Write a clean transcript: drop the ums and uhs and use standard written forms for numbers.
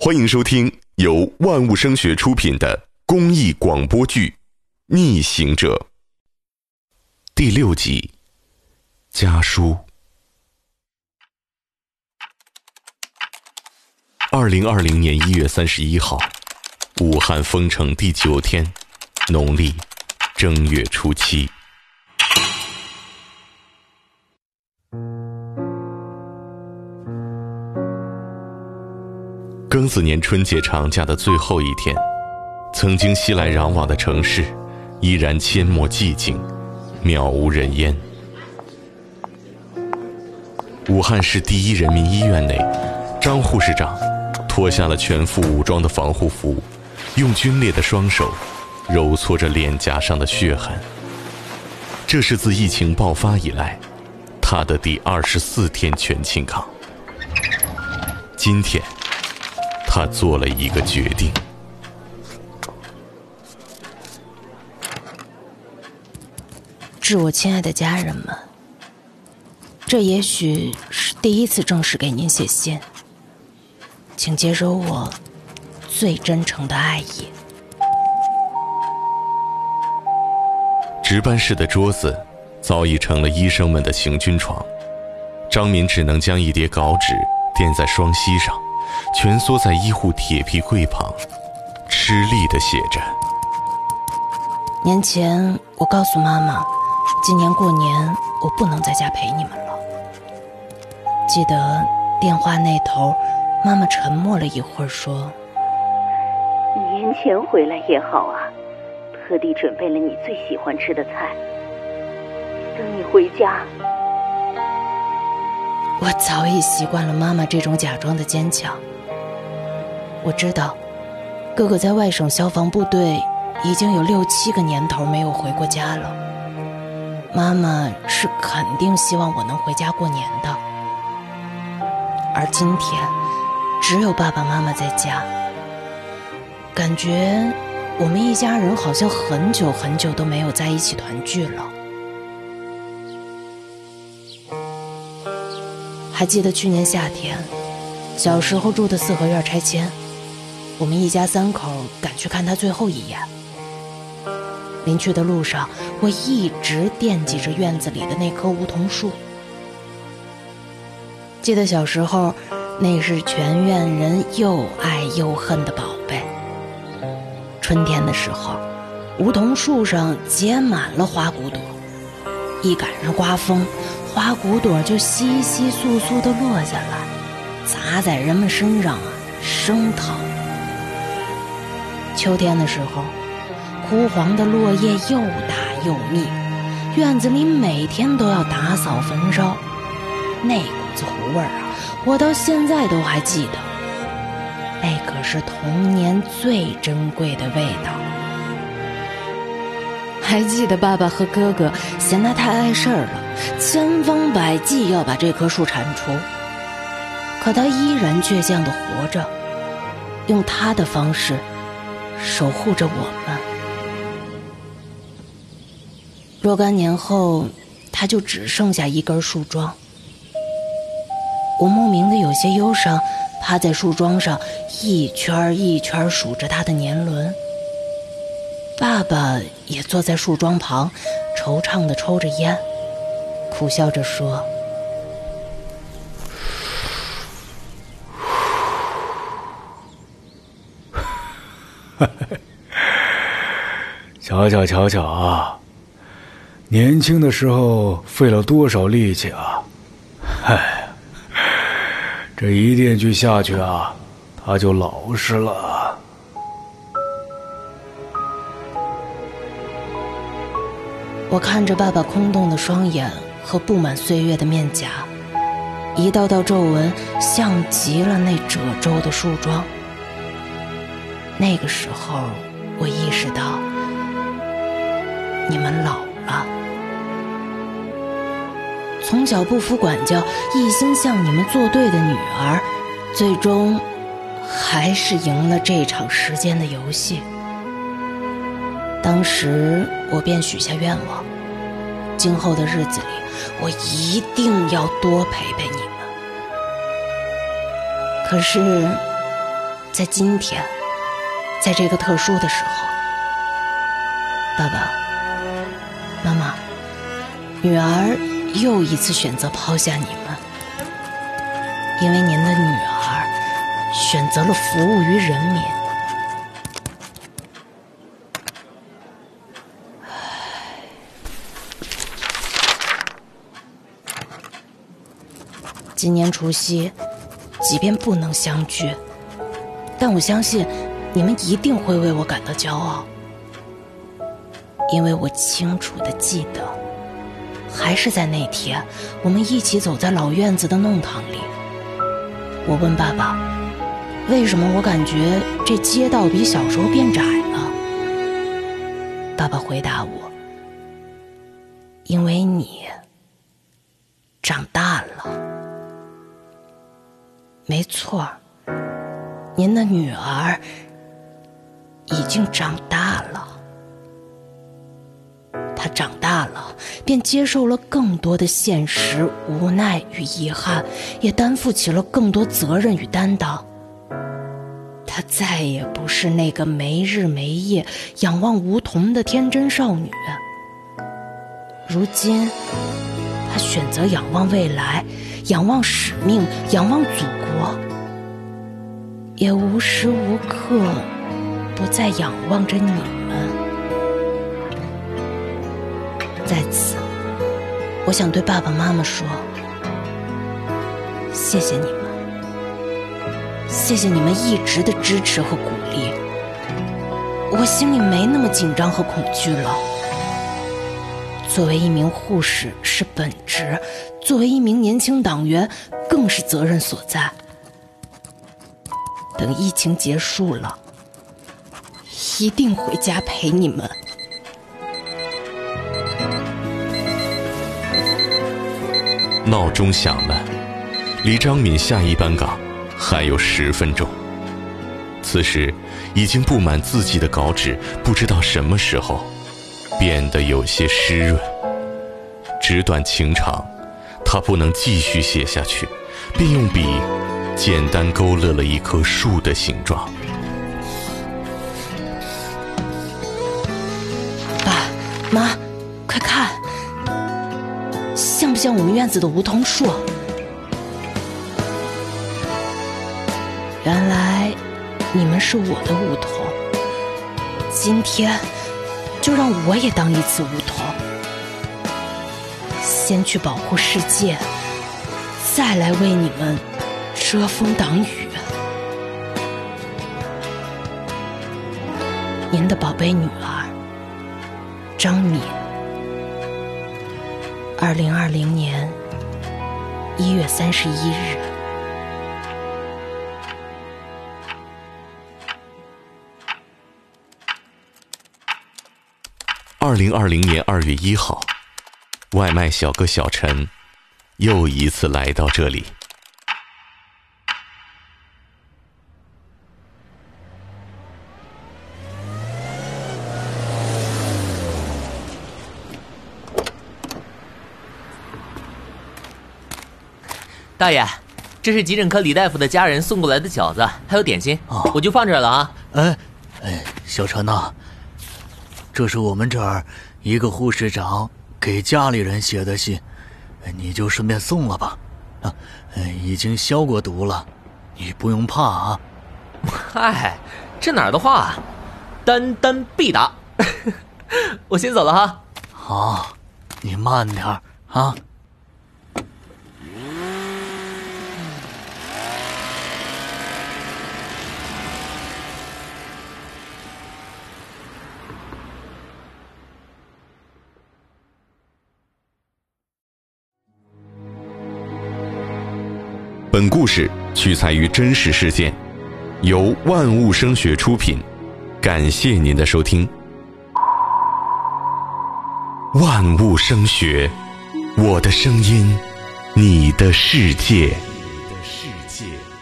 欢迎收听由万物声学出品的公益广播剧《逆行者》第6集家书。2020年1月31号，武汉封城第9天，农历正月初7。庚子年春节长假的最后一天，曾经熙来攘往的城市依然阡陌寂静，渺无人烟。武汉市第一人民医院内，张护士长脱下了全副武装的防护服，用皲裂的双手揉搓着脸颊上的血痕。这是自疫情爆发以来他的第24天全勤岗。今天他做了一个决定。 致我亲爱的家人们，这也许是第一次正式给您写信，请接收我最真诚的爱意。 值班室的桌子早已成了医生们的行军床，张敏只能将一叠稿纸垫在双膝上，蜷缩在医护铁皮柜旁，吃力地写着。 年前我告诉妈妈，今年过年我不能在家陪你们了。记得电话那头妈妈沉默了一会儿说， 年前回来也好啊，特地准备了你最喜欢吃的菜，等你回家。 我早已习惯了妈妈这种假装的坚强。我知道哥哥在外省消防部队已经有6、7个年头没有回过家了，妈妈是肯定希望我能回家过年的。而今天只有爸爸妈妈在家，感觉我们一家人好像很久很久都没有在一起团聚了。还记得去年夏天，小时候住的4合院拆迁，我们一家3口赶去看他最后一眼。临去的路上，我一直惦记着院子里的那棵梧桐树。记得小时候，那是全院人又爱又恨的宝贝。春天的时候，梧桐树上结满了花骨朵，一赶上刮风，花骨朵就稀稀簌簌地落下来，砸在人们身上生疼。秋天的时候，枯黄的落叶又大又密，院子里每天都要打扫焚烧，那股子糊味儿啊，我到现在都还记得。那可是童年最珍贵的味道。还记得爸爸和哥哥嫌他太碍事儿了，千方百计要把这棵树铲除，可他依然倔强地活着，用他的方式守护着我们。若干年后，他就只剩下一根树桩。我莫名的有些忧伤，趴在树桩上一圈一圈数着他的年轮。爸爸也坐在树桩旁，惆怅地抽着烟，苦笑着说， 瞧瞧啊，年轻的时候费了多少力气啊！哎，这一电锯下去啊，他就老实了。 我看着爸爸空洞的双眼和布满岁月的面颊，一道道皱纹像极了那褶皱的树桩。那个时候我意识到，你们老了。从小不服管教，一心向你们作对的女儿，最终还是赢了这场时间的游戏。当时我便许下愿望，今后的日子里，我一定要多陪陪你们。可是在今天，在这个特殊的时候，爸爸妈妈，女儿又一次选择抛下你们，因为您的女儿选择了服务于人民。今年除夕，即便不能相聚，但我相信你们一定会为我感到骄傲，因为我清楚地记得，还是在那天，我们一起走在老院子的弄堂里。我问爸爸，为什么我感觉这街道比小时候变窄了？爸爸回答我，因为你长大了。没错，您的女儿已经长大了。她长大了，便接受了更多的现实、无奈与遗憾，也担负起了更多责任与担当。她再也不是那个没日没夜仰望梧桐的天真少女。如今，她选择仰望未来，仰望使命，仰望祖国，也无时无刻不在仰望着你们。在此，我想对爸爸妈妈说，谢谢你们，谢谢你们一直的支持和鼓励，我心里没那么紧张和恐惧了。作为一名护士是本职，作为一名年轻党员更是责任所在。等疫情结束了，一定回家陪你们。 闹钟响了，离张敏下一班岗还有10分钟。此时已经布满字迹的稿纸，不知道什么时候变得有些湿润。纸短情长，他不能继续写下去，便用笔简单勾勒了一棵树的形状。 爸妈，快看，像不像我们院子的梧桐树？原来你们是我的梧桐，今天就让我也当一次梧桐，先去保护世界，再来为你们遮风挡雨。您的宝贝女儿张敏，2020年1月31日。 2020年2月1号，外卖小哥小陈又一次来到这里。 大爷，这是急诊科李大夫的家人送过来的饺子，还有点心，我就放这儿了啊。 小陈呐，这是我们这儿一个护士长给家里人写的信，你就顺便送了吧。已经消过毒了，你不用怕啊。 嗨，这哪儿的话啊，单单必答。我先走了哈。 好，你慢点啊。 本故事取材于真实事件，由万物声学出品，感谢您的收听。万物声学，我的声音，你的世界。